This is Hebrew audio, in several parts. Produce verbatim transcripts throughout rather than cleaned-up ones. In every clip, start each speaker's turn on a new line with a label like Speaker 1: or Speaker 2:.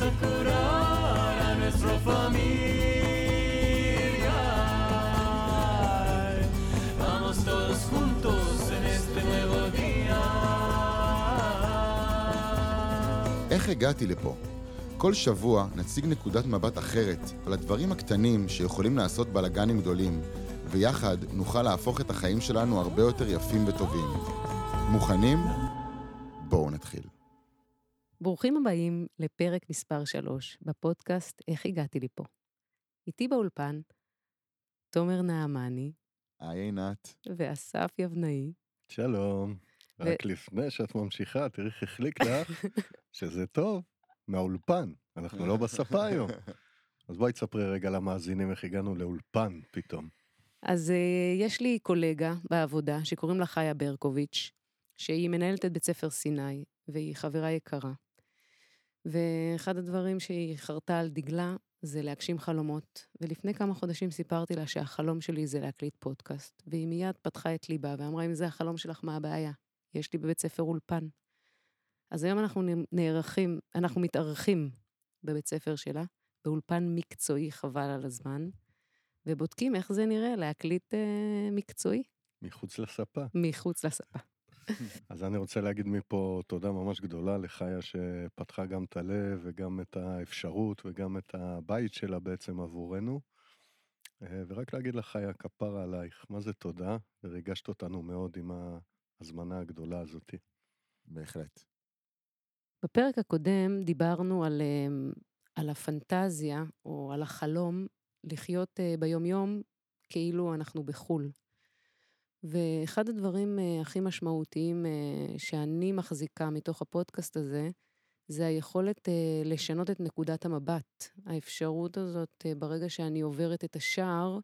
Speaker 1: curar a nuestra familia. Vamos todos juntos en este nuevo día.
Speaker 2: איך הגעתי לפה? כל שבוע נציג נקודת מבט אחרת על הדברים הקטנים שיכולים לעשות בלגנים גדולים, ויחד נוכל להפוך את החיים שלנו הרבה יותר יפים וטובים. מוכנים? בואו נתחיל.
Speaker 3: ברוכים הבאים לפרק מספר שלוש בפודקאסט איך הגעתי לפה. איתי באולפן, תומר נעמני.
Speaker 2: היי עינת.
Speaker 3: ואסף יבנאי.
Speaker 4: שלום.
Speaker 3: ו...
Speaker 4: רק לפני שאת ממשיכה, תראי איך החליק לך, שזה טוב, מהאולפן. אנחנו לא בספה היום. אז בואי תספרי רגע למאזינים איך הגענו לאולפן פתאום.
Speaker 3: אז uh, יש לי קולגה בעבודה שקוראים לה חיה ברקוביץ', שהיא מנהלת את בית ספר סיני, והיא חברה יקרה. ואחד הדברים שהיא חרתה על דגלה, זה להגשים חלומות. ולפני כמה חודשים סיפרתי לה שהחלום שלי זה להקליט פודקאסט. והיא מיד פתחה את ליבה ואמרה, אם זה החלום שלך, מה הבעיה? יש לי בבית ספר אולפן. אז היום אנחנו נערכים, אנחנו מתארחים בבית ספר שלה, באולפן מקצועי חבל על הזמן, ובודקים איך זה נראה להקליט אה, מקצועי.
Speaker 4: מחוץ לספה.
Speaker 3: מחוץ לספה.
Speaker 4: אז אני רוצה להגיד מפה תודה ממש גדולה לחיה שפתחה גם את הלב וגם את האפשרות וגם את הבית שלה בעצם עבורנו. ורק להגיד לחיה, כפרה עלייך, מה זה תודה? וריגשת אותנו מאוד עם ההזמנה הגדולה הזאת.
Speaker 2: בהחלט.
Speaker 3: בפרק הקודם דיברנו על, על הפנטזיה או על החלום לחיות ביום יום כאילו אנחנו בחול. ואחד הדברים הכי משמעותיים שאני מחזיקה מתוך הפודקאסט הזה, זה היכולת לשנות את נקודת המבט. האפשרות הזאת, ברגע שאני עוברת את השער,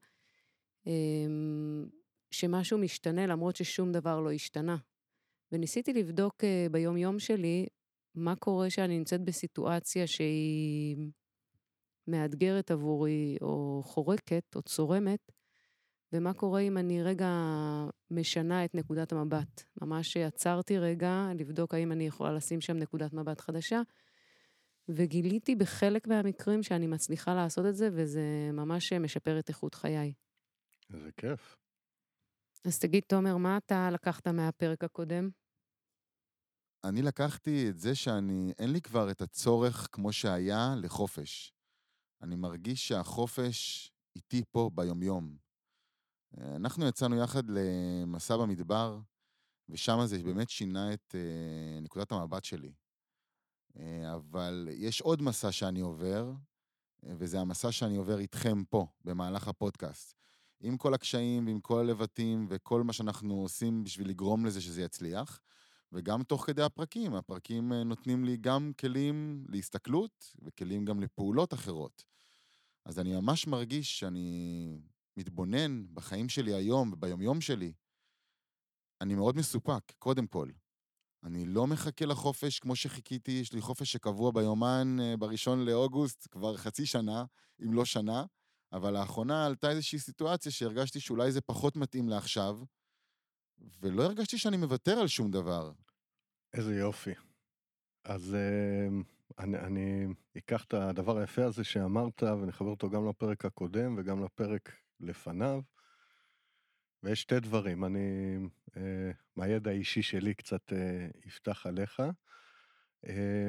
Speaker 3: שמשהו משתנה למרות ששום דבר לא השתנה. וניסיתי לבדוק ביום יום שלי, מה קורה שאני נמצאת בסיטואציה שהיא מאתגרת עבורי, או חורקת, או צורמת, ומה קורה אם אני רגע משנה את נקודת המבט. ממש עצרתי רגע לבדוק האם אני יכולה לשים שם נקודת מבט חדשה, וגיליתי בחלק מהמקרים שאני מצליחה לעשות את זה, וזה ממש משפר את איכות חיי.
Speaker 4: איזה כיף.
Speaker 3: אז תגיד, תומר, מה אתה לקחת מהפרק הקודם?
Speaker 2: אני לקחתי את זה שאני, אין לי כבר את הצורך כמו שהיה לחופש. אני מרגיש שהחופש איתי פה ביומיום. אנחנו יצאנו יחד למסע במדבר, ושם זה באמת שינה את uh, נקודת המבט שלי. Uh, אבל יש עוד מסע שאני עובר, uh, וזה המסע שאני עובר איתכם פה, במהלך הפודקאסט. עם כל הקשיים ועם כל הלבטים, וכל מה שאנחנו עושים בשביל לגרום לזה שזה יצליח, וגם תוך כדי הפרקים. הפרקים uh, נותנים לי גם כלים להסתכלות, וכלים גם לפעולות אחרות. אז אני ממש מרגיש שאני מתבונן בחיים שלי היום וביומיום שלי. אני מאוד מסופק, קודם כל. אני לא מחכה לחופש כמו שחיכיתי, יש לי חופש שקבוע ביומן בראשון לאוגוסט, כבר חצי שנה, אם לא שנה, אבל לאחרונה עלתה איזושהי סיטואציה שהרגשתי שאולי זה פחות מתאים לעכשיו, ולא הרגשתי שאני מוותר על שום דבר.
Speaker 4: איזה יופי. אז אני, אני אקח את הדבר היפה הזה שאמרת, ונחבר אותו גם לפרק הקודם וגם לפרק לפניו, ויש שתי דברים, אני, אה, מהידע האישי שלי קצת אה, יפתח עליך. אה,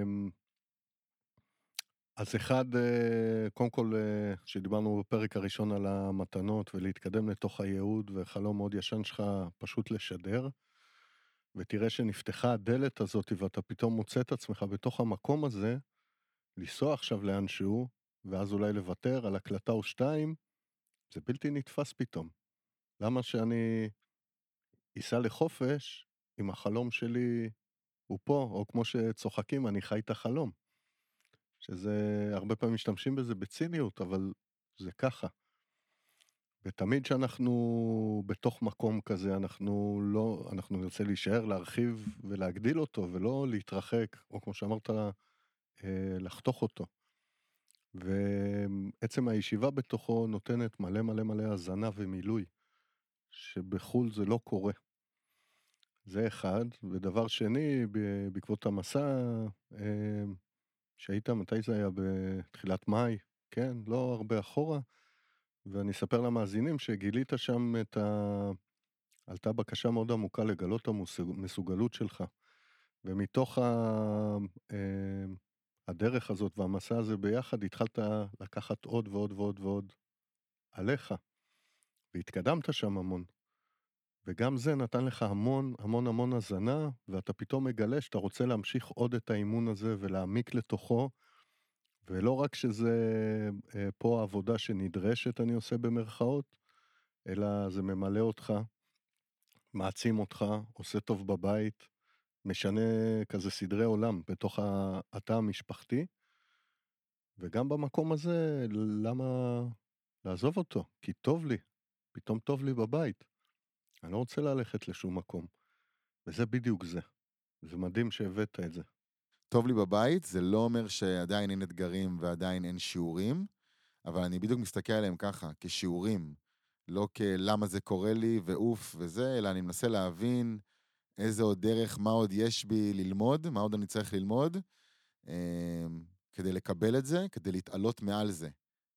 Speaker 4: אז אחד, אה, קודם כל, אה, שדיברנו בפרק הראשון על המתנות, ולהתקדם לתוך הייעוד, וחלום מאוד ישן שלך פשוט לשדר, ותראה שנפתחה הדלת הזאת, ואתה פתאום מוצא את עצמך בתוך המקום הזה, לנסוע עכשיו לאנשהו, ואז אולי לוותר על הקלטה או שתיים, זה בלתי נתפס פתאום. למה שאני אסע לחופש, אם החלום שלי הוא פה, או כמו שצוחקים, אני חי את החלום. שזה, הרבה פעמים משתמשים בזה בציניות, אבל זה ככה. ותמיד שאנחנו בתוך מקום כזה, אנחנו לא, אנחנו נרצה להישאר, להרחיב ולהגדיל אותו, ולא להתרחק, או כמו שאמרת, לחתוך אותו. ועצם הישיבה בתוכו נותנת מלא מלא מלא הזנה ומילוי, שבחול זה לא קורה. זה אחד, ודבר שני, בעקבות המסע, שהיית, מתי זה היה? בתחילת מאי, כן, לא הרבה אחורה, ואני אספר למאזינים שגילית שם את ה... עלתה בקשה מאוד עמוקה לגלות את המסוגלות שלך, ומתוך ה... אה, הדרך הזאת והמסע הזה ביחד, התחלת לקחת עוד ועוד ועוד ועוד עליך, והתקדמת שם המון. וגם זה נתן לך המון המון המון הזנה, ואתה פתאום מגלה שאתה רוצה להמשיך עוד את האימון הזה ולהעמיק לתוכו, ולא רק שזה אה, פה העבודה שנדרשת אני עושה במרכאות, אלא זה ממלא אותך, מעצים אותך, עושה טוב בבית, משנה כזה סדרי עולם בתוך התא המשפחתי, וגם במקום הזה, למה לעזוב אותו? כי טוב לי, פתאום טוב לי בבית. אני לא רוצה ללכת לשום מקום. וזה בדיוק זה. זה מדהים שהבאת את זה.
Speaker 2: טוב לי בבית, זה לא אומר שעדיין אין אתגרים ועדיין אין שיעורים, אבל אני בדיוק מסתכל עליהם ככה, כשיעורים, לא כלמה זה קורה לי ואוף וזה, אלא אני מנסה להבין איזה עוד דרך, מה עוד יש בי ללמוד, מה עוד אני צריך ללמוד, כדי לקבל את זה, כדי להתעלות מעל זה.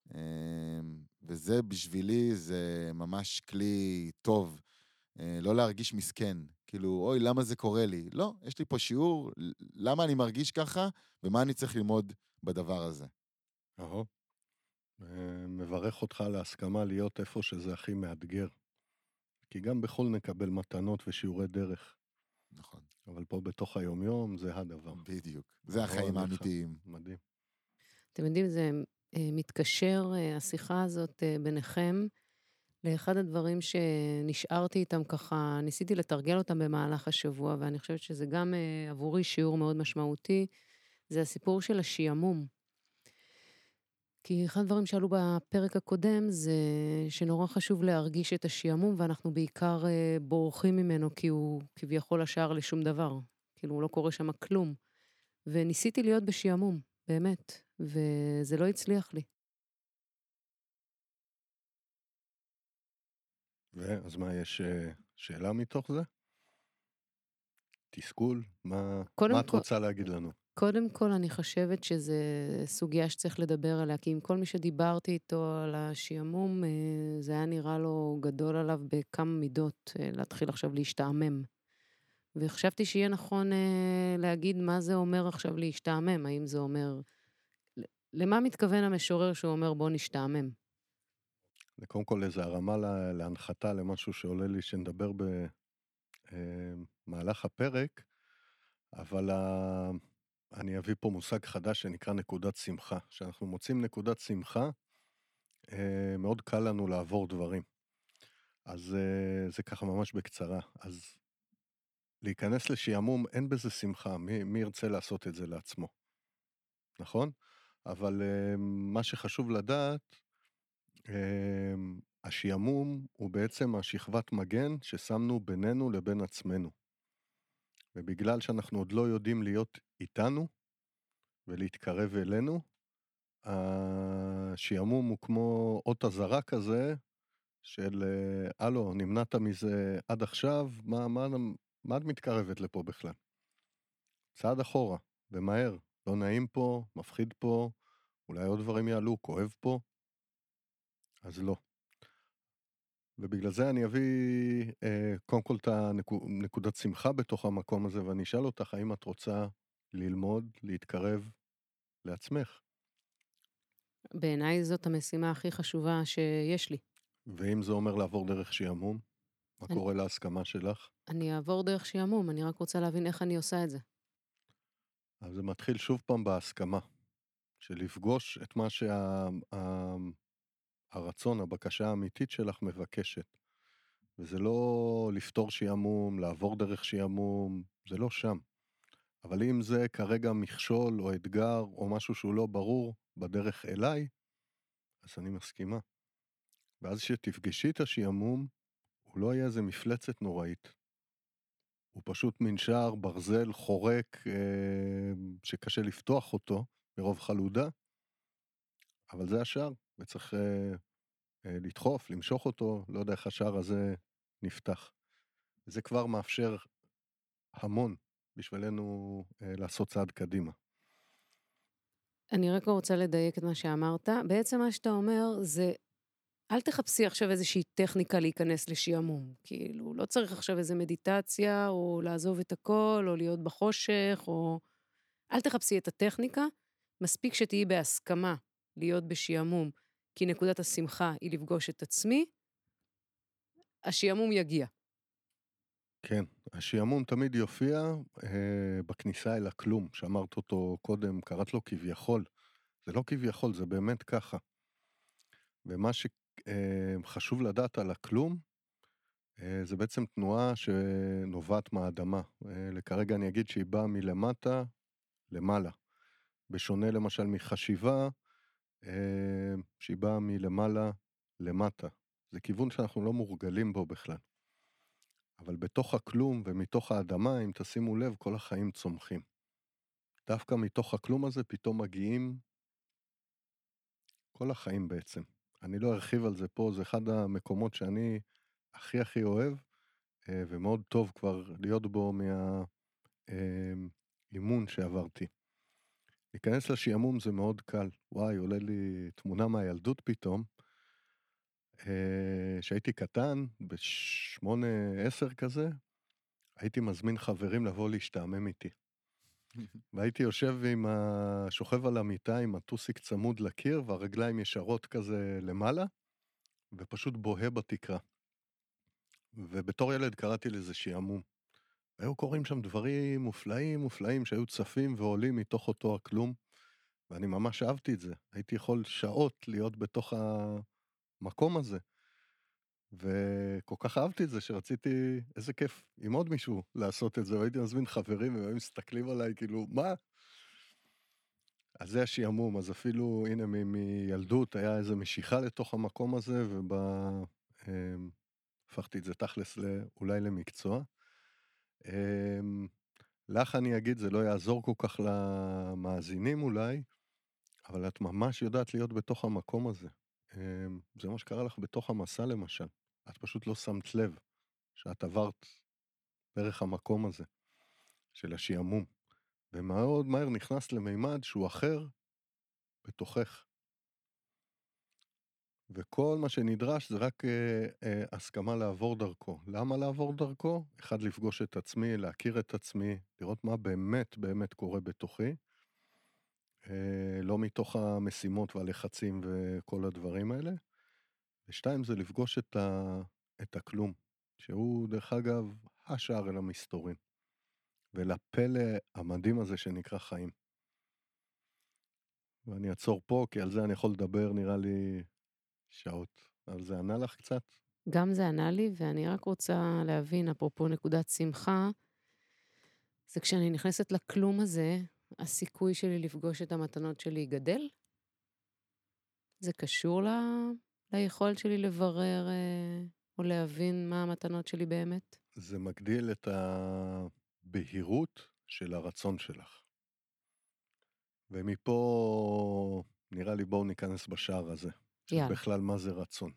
Speaker 2: וזה בשבילי, זה ממש כלי טוב, לא להרגיש מסכן, כאילו, אוי, למה זה קורה לי? לא, יש לי פה שיעור, למה אני מרגיש ככה, ומה אני צריך ללמוד בדבר הזה.
Speaker 4: אהו, מברך אותך על ההסכמה להיות איפה שזה הכי מאתגר, כי גם בחול נקבל מתנות ושיעורי דרך.
Speaker 2: נכון.
Speaker 4: אבל פה בתוך היומיום זה הדבר.
Speaker 2: בדיוק, זה החיים האמיתיים.
Speaker 4: מדהים.
Speaker 3: אתם יודעים, זה מתקשר, השיחה הזאת ביניכם, לאחד הדברים שנשארתי איתם ככה, ניסיתי לתרגל אותם במהלך השבוע, ואני חושבת שזה גם עבורי שיעור מאוד משמעותי, זה הסיפור של השיעמום. כי אחד הדברים שעלו בפרק הקודם, זה שנורא חשוב להרגיש את השיעמום, ואנחנו בעיקר בורחים ממנו, כי הוא כביכול השאר לשום דבר. כאילו, לא קורה שם כלום. וניסיתי להיות בשיעמום, באמת, וזה לא הצליח לי.
Speaker 4: ואז מה, יש שאלה מתוך זה? תסכול? מה, מה את רוצה להגיד לנו?
Speaker 3: קודם כל, אני חושבת שזו סוגיה שצריך לדבר עליה, כי עם כל מי שדיברתי איתו על השיעמום, זה היה נראה לו גדול עליו בכמה מידות, להתחיל עכשיו להשתעמם. וחשבתי שיהיה נכון להגיד מה זה אומר עכשיו להשתעמם, האם זה אומר... למה מתכוון המשורר שהוא אומר בוא נשתעמם?
Speaker 4: זה קודם כל איזו הרמה להנחתה למשהו שעולה לי שנדבר במהלך הפרק, אבל אני אביא פה מושג חדש שנקרא נקודת שמחה. כשאנחנו מוצאים נקודת שמחה, מאוד קל לנו לעבור דברים. אז זה ככה ממש בקצרה. אז להיכנס לשיעמום, אין בזה שמחה, מי, מי ירצה לעשות את זה לעצמו. נכון? אבל מה שחשוב לדעת, השיעמום הוא בעצם השכבת מגן ששמנו בינינו לבין עצמנו. ובגלל שאנחנו עוד לא יודעים להיות איתנו ולהתקרב אלינו, השיעמום הוא כמו אות הזרה כזה של, אלו, נמנעת מזה עד עכשיו, מה, מה, מה את מתקרבת לפה בכלל? צעד אחורה, ומהר, לא נעים פה, מפחיד פה, אולי עוד דברים יעלו, כואב פה, אז לא. ובגלל זה אני אביא אה, קודם כל את הנקודת שמחה בתוך המקום הזה, ואני אשאל אותך, האם את רוצה ללמוד, להתקרב לעצמך?
Speaker 3: בעיניי זאת המשימה הכי חשובה שיש לי.
Speaker 4: ואם זה אומר לעבור דרך שיעמום, מה
Speaker 3: אני...
Speaker 4: קורה להסכמה שלך? אני
Speaker 3: אעבור דרך שיעמום, אני רק רוצה להבין איך אני עושה את זה.
Speaker 4: אז זה מתחיל שוב פעם בהסכמה, של לפגוש את מה שה... הרצון, הבקשה האמיתית שלך מבקשת. וזה לא לפתור שיעמום, לעבור דרך שיעמום, זה לא שם. אבל אם זה כרגע מכשול או אתגר או משהו שהוא לא ברור בדרך אליי, אז אני מסכימה. ואז שתפגשי את השיעמום, הוא לא יהיה איזה מפלצת נוראית. הוא פשוט מנשר, ברזל, חורק, אה, שקשה לפתוח אותו מרוב חלודה, אבל זה השער, וצריך אה, אה, לדחוף, למשוך אותו, לא יודע איך השער הזה נפתח. זה כבר מאפשר המון בשבילנו אה, לעשות צעד קדימה.
Speaker 3: אני רק רוצה לדייק את מה שאמרת. בעצם מה שאתה אומר זה, אל תחפשי עכשיו איזושהי טכניקה להיכנס לשעמום. כאילו, לא צריך עכשיו איזו מדיטציה, או לעזוב את הכל, או להיות בחושך, או... אל תחפשי את הטכניקה, מספיק שתהיי בהסכמה להיות בשעמום, כי נקודת השמחה היא לפגוש את עצמי, השעמום יגיע.
Speaker 4: כן, השעמום תמיד יופיע אה, בכניסה אל הכלום, שאמרת אותו קודם, קראת לו כביכול. זה לא כביכול, זה באמת ככה. ומה שחשוב לדעת על הכלום, אה, זה בעצם תנועה שנובעת מהאדמה. אה, לכרגע אני אגיד שהיא באה מלמטה למעלה. בשונה למשל מחשיבה, אה, שהיא באה מלמעלה למטה. זה כיוון שאנחנו לא מורגלים בו בכלל. אבל בתוך הכלום ומתוך האדמה, אם תשימו לב, כל החיים צומחים. דווקא מתוך הכלום הזה פתאום מגיעים כל החיים בעצם. אני לא ארחיב על זה פה, זה אחד המקומות שאני הכי הכי אוהב, אה, ומאוד טוב כבר להיות בו מהאימון שעברתי. להיכנס לשעמום זה מאוד קל. וואי, עולה לי תמונה מהילדות פתאום, אה, שהייתי קטן, בשמונה עשר כזה, הייתי מזמין חברים לבוא להשתעמם איתי. והייתי יושב עם השוכב על המיטה עם הטוסיק צמוד לקיר, והרגליים ישרות כזה למעלה, ופשוט בוהה בתקרה. ובתור ילד קראתי לזה שעמום. היו קוראים שם דברים מופלאים, מופלאים, שהיו צפים ועולים מתוך אותו הכלום, ואני ממש אהבתי את זה. הייתי יכול שעות להיות בתוך המקום הזה. וכל כך אהבתי את זה שרציתי, איזה כיף, עם עוד מישהו לעשות את זה, והייתי מזמין חברים, והם מסתכלים עליי, כאילו, מה? אז זה השעמום, אז אפילו, הנה, מ- מילדות היה איזו משיכה לתוך המקום הזה, והפכתי את זה תכלס לא- אולי למקצוע. אמ, לך אני אגיד, זה לא יעזור כל כך למאזינים אולי, אבל את ממש יודעת להיות בתוך המקום הזה. אמ, זה מה שקרה לך בתוך המסע למשל. את פשוט לא שמת לב שאת עברת דרך המקום הזה של השעמום. ומאוד מהר נכנס למימד שהוא אחר בתוכך. וכל מה שנדרש זה רק אה, אה, הסכמה לעבור דרכו. למה לעבור דרכו? אחד, לפגוש את עצמי, להכיר את עצמי, לראות מה באמת באמת קורה בתוכי. אה, לא מתוך המשימות והלחצים וכל הדברים האלה. ושתיים, זה לפגוש את, ה, את הכלום, שהוא דרך אגב השער אל המסתורים. ולפלא המדהים הזה שנקרא חיים. ואני אעצור פה, כי על זה אני יכול לדבר, נראה לי, שעות. אבל זה ענה לך קצת?
Speaker 3: גם זה ענה לי, ואני רק רוצה להבין, אפרופו נקודת שמחה, זה כשאני נכנסת לכלום הזה, הסיכוי שלי לפגוש את המתנות שלי גדל? זה קשור ל... ליכולת שלי לברר אה, או להבין מה המתנות שלי באמת?
Speaker 4: זה מגדיל את הבהירות של הרצון שלך. ומפה, נראה לי, בואו ניכנס בשער הזה.
Speaker 3: יאללה.
Speaker 4: בכלל, מה זה רצון?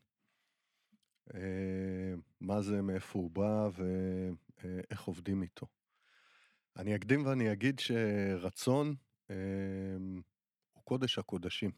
Speaker 4: אה, מה זה, מאיפה הוא בא ואיך עובדים איתו. אני אקדים ואני אגיד שרצון אה, הוא קודש הקודשים.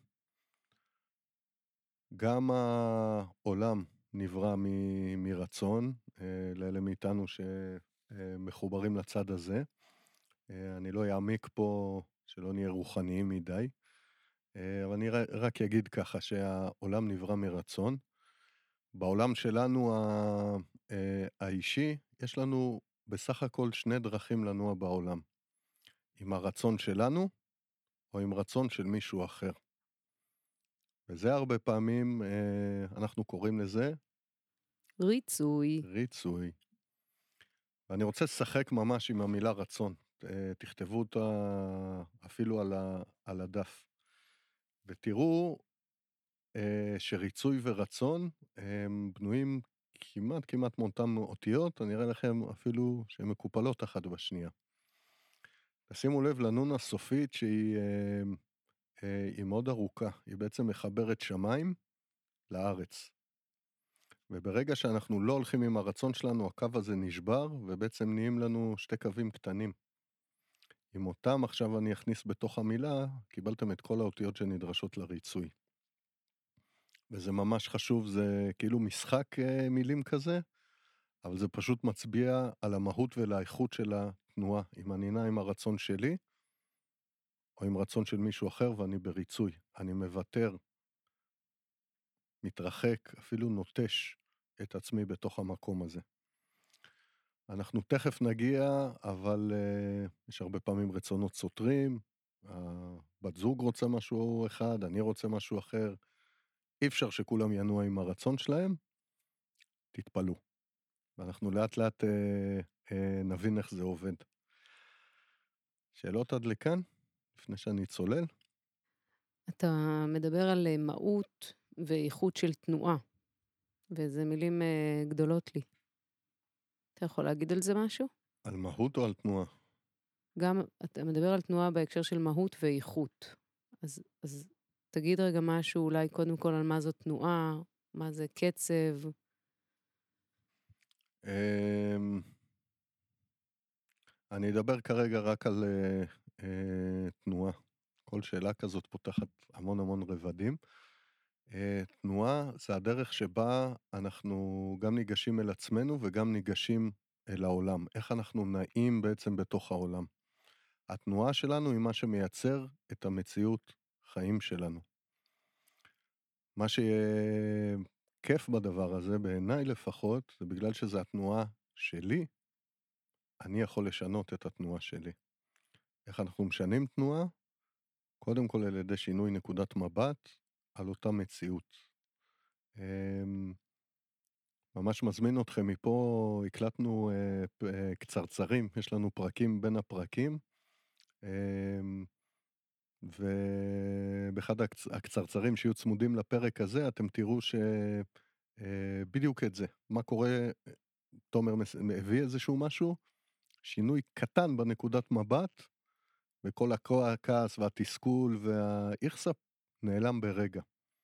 Speaker 4: גם העולם נברא מ- מרצון, אה, לאלה מאיתנו שמחוברים לצד הזה. אה, אני לא אעמיק פה שלא נהיה רוחניים מדי, אה, אבל אני ר- רק אגיד ככה שהעולם נברא מרצון. בעולם שלנו ה- אה, האישי, יש לנו בסך הכל שני דרכים לנוע בעולם. עם הרצון שלנו, או עם רצון של מישהו אחר. וזה הרבה פעמים, אה, אנחנו קוראים לזה
Speaker 3: ריצוי.
Speaker 4: ריצוי. ואני רוצה לשחק ממש עם המילה רצון. אה, תכתבו אותה אפילו על, ה, על הדף. ותראו אה, שריצוי ורצון הם בנויים כמעט כמעט מאותן אותיות, אני אראה לכם אפילו שהן מקופלות אחת בשנייה. תשימו לב לנון הסופית שהיא אה, אה, היא מאוד ארוכה, היא בעצם מחברת שמיים לארץ. וברגע שאנחנו לא הולכים עם הרצון שלנו, הקו הזה נשבר, ובעצם נהיים לנו שתי קווים קטנים. אם אותם עכשיו אני אכניס בתוך המילה, קיבלתם את כל האותיות שנדרשות לריצוי. וזה ממש חשוב, זה כאילו משחק אה, מילים כזה, אבל זה פשוט מצביע על המהות ולאיכות של התנועה. אם אני נע עם הרצון שלי, או עם רצון של מישהו אחר, ואני בריצוי. אני מוותר, מתרחק, אפילו נוטש את עצמי בתוך המקום הזה. אנחנו תכף נגיע, אבל uh, יש הרבה פעמים רצונות סותרים, הבת זוג רוצה משהו אחד, אני רוצה משהו אחר, אי אפשר שכולם ינוע עם הרצון שלהם, תתפלו. ואנחנו לאט לאט uh, uh, נבין איך זה עובד. שאלות עד לכאן, לפני שאני צולל?
Speaker 3: אתה מדבר על אה, מהות ואיכות של תנועה, וזה מילים אה, גדולות לי. אתה יכול להגיד על זה משהו?
Speaker 4: על מהות או על תנועה?
Speaker 3: גם, אתה מדבר על תנועה בהקשר של מהות ואיכות. אז, אז תגיד רגע משהו, אולי קודם כל על מה זו תנועה, מה זה קצב.
Speaker 4: אמ, אני אדבר כרגע רק על אה, אה, תנועה. כל שאלה כזאת פותחת המון המון רבדים. אה, תנועה זה הדרך שבה אנחנו גם ניגשים אל עצמנו וגם ניגשים אל העולם. איך אנחנו נעים בעצם בתוך העולם. התנועה שלנו היא מה שמייצר את המציאות חיים שלנו. מה שיהיה כיף בדבר הזה, בעיניי לפחות, זה בגלל שזה התנועה שלי, אני יכול לשנות את התנועה שלי. איך אנחנו משנים תנועה? קודם כל על ידי שינוי נקודת מבט על אותה מציאות. אמ, ממש מזמין אתכם מפה, הקלטנו אה, פ- אה, קצרצרים, יש לנו פרקים בין הפרקים, אמ, ובאחד הקצ- הקצרצרים שיהיו צמודים לפרק הזה, אתם תראו שבדיוק את זה, מה קורה, אה, תומר מס- הביא איזשהו משהו, שינוי קטן בנקודת מבט, וכל הכעס והתסכול והאיכסה נעלם ברגע.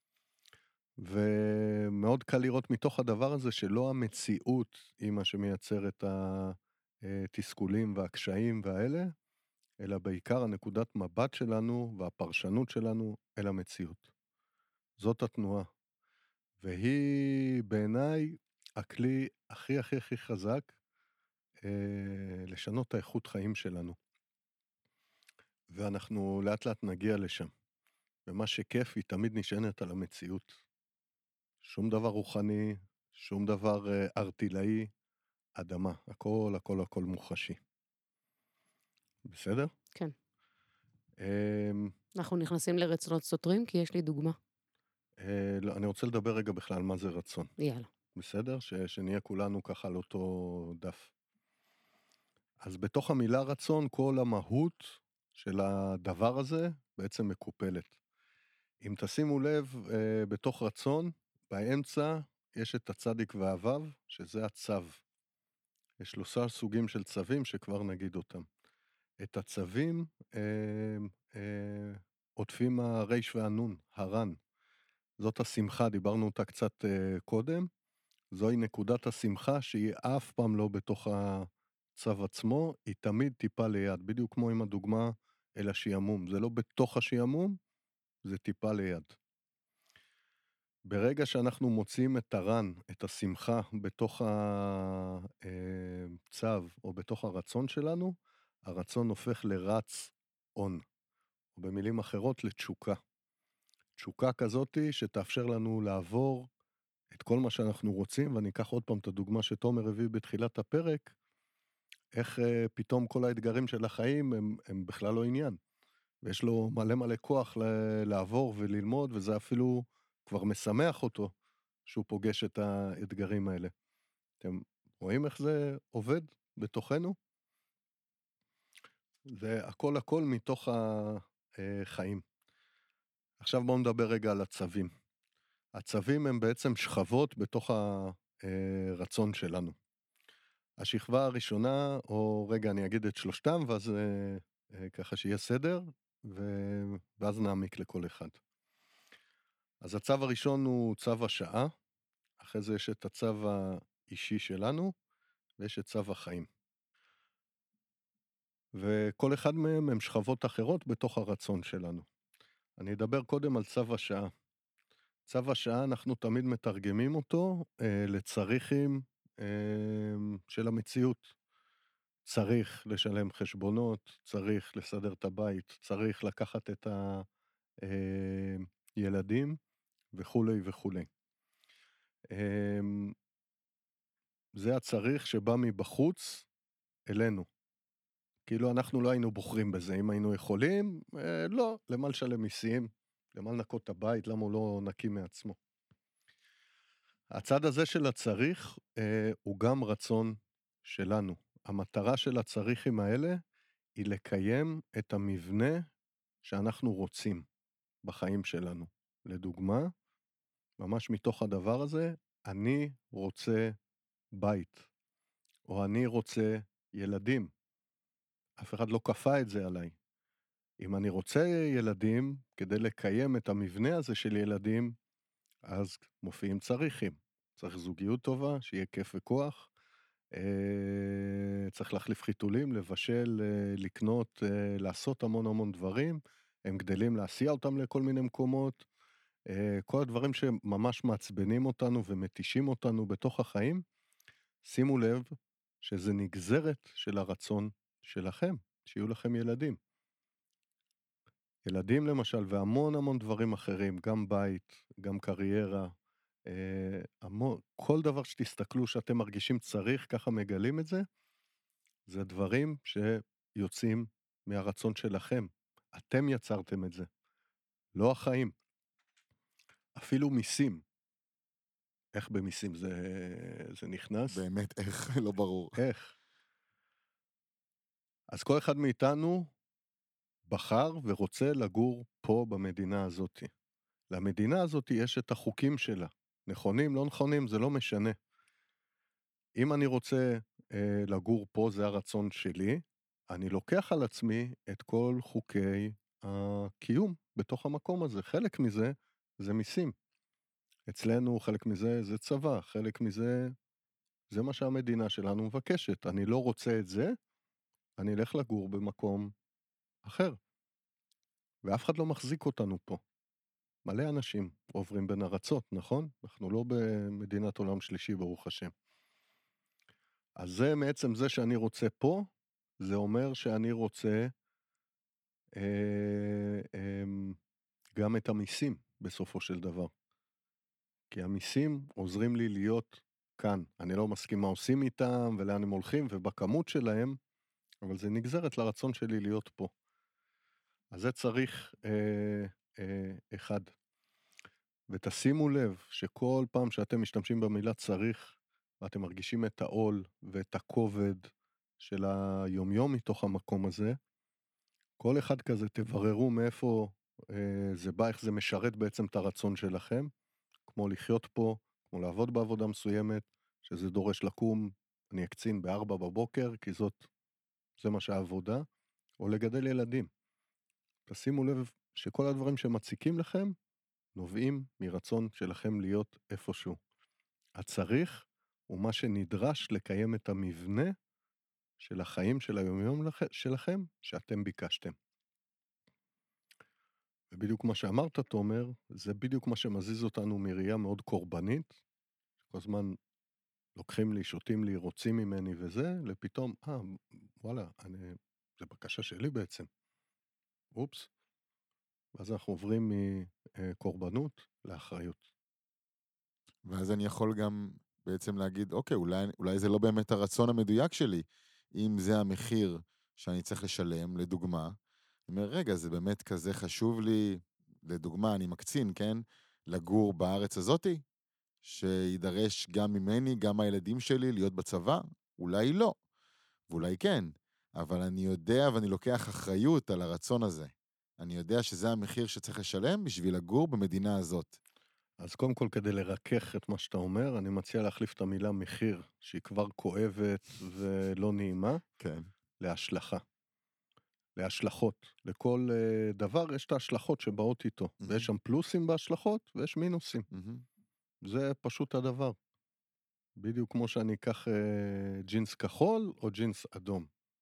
Speaker 4: ומאוד קל לראות מתוך הדבר הזה שלא המציאות היא מה שמייצר את התסכולים והקשיים והאלה, אלא בעיקר הנקודת מבט שלנו והפרשנות שלנו אל המציאות. זאת התנועה. והיא בעיניי הכלי הכי הכי הכי חזק אה, לשנות את האיכות חיים שלנו. ואנחנו לאט לאט נגיע לשם. ומה שכיף היא תמיד נשענת על המציאות. שום דבר רוחני, שום דבר אה, ארטילאי, אדמה. הכל הכל הכל מוחשי. בסדר?
Speaker 3: כן.
Speaker 4: אמ,
Speaker 3: אנחנו נכנסים לרצונות סותרים, כי יש לי דוגמה.
Speaker 4: אה, לא, אני רוצה לדבר רגע בכלל על מה זה רצון.
Speaker 3: יאללה.
Speaker 4: בסדר? ש, שנהיה כולנו ככה על אותו דף. אז בתוך המילה רצון, כל המהות של הדבר הזה בעצם מקופלת. אם תשימו לב, אה, בתוך רצון, באמצע יש את הצדיק והוו, שזה הצו. יש שלושה סוגים של צווים שכבר נגיד אותם. את הצווים אה, אה, עוטפים הרייש והנון, הרן. זאת השמחה, דיברנו אותה קצת אה, קודם. זוהי נקודת השמחה שהיא אף פעם לא בתוך הצו עצמו, היא תמיד טיפה ליד, בדיוק כמו עם הדוגמה אל השעמום. זה לא בתוך השעמום, זה טיפה ליד. ברגע שאנחנו מוצאים את הרן, את השמחה, בתוך הצו או בתוך הרצון שלנו, הרצון הופך לרץ און, או במילים אחרות לתשוקה. תשוקה כזאת שתאפשר לנו לעבור את כל מה שאנחנו רוצים, ואני אקח עוד פעם את הדוגמה שתומר הביא בתחילת הפרק, איך פתאום כל האתגרים של החיים הם, הם בכלל לא עניין. ויש לו מלא מלא כוח לעבור וללמוד, וזה אפילו כבר משמח אותו שהוא פוגש את האתגרים האלה. אתם רואים איך זה עובד בתוכנו? זה הכל הכל מתוך החיים. עכשיו בואו נדבר רגע על הצווים. הצווים הם בעצם שכבות בתוך הרצון שלנו. השכבה הראשונה, או רגע אני אגיד את שלושתם, ואז ככה שיהיה סדר, ואז נעמיק לכל אחד. אז הצו הראשון הוא צו השעה, אחרי זה יש את הצו האישי שלנו, ויש את צו החיים. וכל אחד מהם הם שכבות אחרות בתוך הרצון שלנו. אני אדבר קודם על צו השעה. צו השעה, אנחנו תמיד מתרגמים אותו אה, לצריכים אה, של המציאות. צריך לשלם חשבונות, צריך לסדר את הבית, צריך לקחת את הילדים וכולי וכולי. אה, זה הצריך שבא מבחוץ אלינו. כאילו אנחנו לא היינו בוחרים בזה, אם היינו יכולים, אה, לא, למה לשלם מיסים, למה לנקות את הבית, למה הוא לא נקי מעצמו. הצד הזה של הצריך אה, הוא גם רצון שלנו. המטרה של הצריכים האלה היא לקיים את המבנה שאנחנו רוצים בחיים שלנו. לדוגמה, ממש מתוך הדבר הזה, אני רוצה בית, או אני רוצה ילדים. אף אחד לא כפה את זה עליי. אם אני רוצה ילדים, כדי לקיים את המבנה הזה של ילדים, אז מופיעים צריכים. צריך זוגיות טובה, שיהיה כיף וכוח, אה, צריך להחליף חיתולים, לבשל, אה, לקנות, אה, לעשות המון המון דברים, הם גדלים להסיע אותם לכל מיני מקומות, אה, כל הדברים שממש מעצבנים אותנו ומתישים אותנו בתוך החיים, שימו לב שזה נגזרת של הרצון שלכם, שיהיו לכם ילדים. ילדים למשל, והמון המון דברים אחרים, גם בית, גם קריירה, אה, המון, כל דבר שתסתכלו שאתם מרגישים צריך, ככה מגלים את זה, זה דברים שיוצאים מהרצון שלכם. אתם יצרתם את זה, לא החיים. אפילו מיסים. איך במיסים זה, זה נכנס?
Speaker 2: באמת, איך? לא ברור.
Speaker 4: איך? אז כל אחד מאיתנו בחר ורוצה לגור פה במדינה הזאת. למדינה הזאת יש את החוקים שלה. נכונים, לא נכונים, זה לא משנה. אם אני רוצה אה, לגור פה, זה הרצון שלי, אני לוקח על עצמי את כל חוקי הקיום בתוך המקום הזה. חלק מזה זה מיסים. אצלנו חלק מזה זה צבא, חלק מזה זה מה שהמדינה שלנו מבקשת. אני לא רוצה את זה, אני אלך לגור במקום אחר. ואף אחד לא מחזיק אותנו פה. מלא אנשים עוברים בין ארצות, נכון? אנחנו לא במדינת עולם שלישי, ברוך השם. אז זה מעצם זה שאני רוצה פה, זה אומר שאני רוצה אה, אה, גם את המיסים בסופו של דבר. כי המיסים עוזרים לי להיות כאן. אני לא מסכים מה עושים איתם ולאן הם הולכים ובכמות שלהם, אבל זה נגזרת לרצון שלי להיות פה. אז זה צריך אה, אה, אחד. ותשימו לב שכל פעם שאתם משתמשים במילה צריך, ואתם מרגישים את העול ואת הכובד של היומיום מתוך המקום הזה, כל אחד כזה תבררו מאיפה אה, זה בא, איך זה משרת בעצם את הרצון שלכם, כמו לחיות פה, כמו לעבוד בעבודה מסוימת, שזה דורש לקום, אני אקצין בארבע בבוקר, כי זאת, זה מה שהעבודה, או לגדל ילדים. תשימו לב שכל הדברים שמציקים לכם, נובעים מרצון שלכם להיות איפשהו. הצריך הוא מה שנדרש לקיים את המבנה של החיים של היומיום שלכם, שאתם ביקשתם. ובדיוק מה שאמרת, תומר, זה בדיוק מה שמזיז אותנו מראייה מאוד קורבנית, כל הזמן לוקחים לי, שותים לי, רוצים ממני וזה, לפתאום, אה, וואלה, אני, זה בקשה שלי בעצם. אופס. ואז אנחנו עוברים מקורבנות לאחריות.
Speaker 2: ואז אני יכול גם בעצם להגיד, אוקיי, אולי, אולי זה לא באמת הרצון המדויק שלי, אם זה המחיר שאני צריך לשלם, לדוגמה. אני אומר, רגע, זה באמת כזה חשוב לי, לדוגמה, אני מקצין, כן? לגור בארץ הזאתי, שידרש גם ממני, גם מהילדים שלי, להיות בצבא? אולי לא, ואולי כן, אבל אני יודע ואני לוקח אחריות על הרצון הזה. אני יודע שזה המחיר שצריך לשלם בשביל לגור במדינה הזאת.
Speaker 4: אז קודם כל, כדי לרכך את מה שאתה אומר, אני מציע להחליף את המילה מחיר, שהיא כבר כואבת ולא נעימה,
Speaker 2: כן.
Speaker 4: להשלכה. להשלכות. לכל uh, דבר יש את ההשלכות שבאות איתו. Mm-hmm. ויש שם פלוסים בהשלכות ויש מינוסים. Mm-hmm. זה פשוט הדבר. בדיוק כמו שאני אקח uh, ג'ינס כחול או ג'ינס אדום.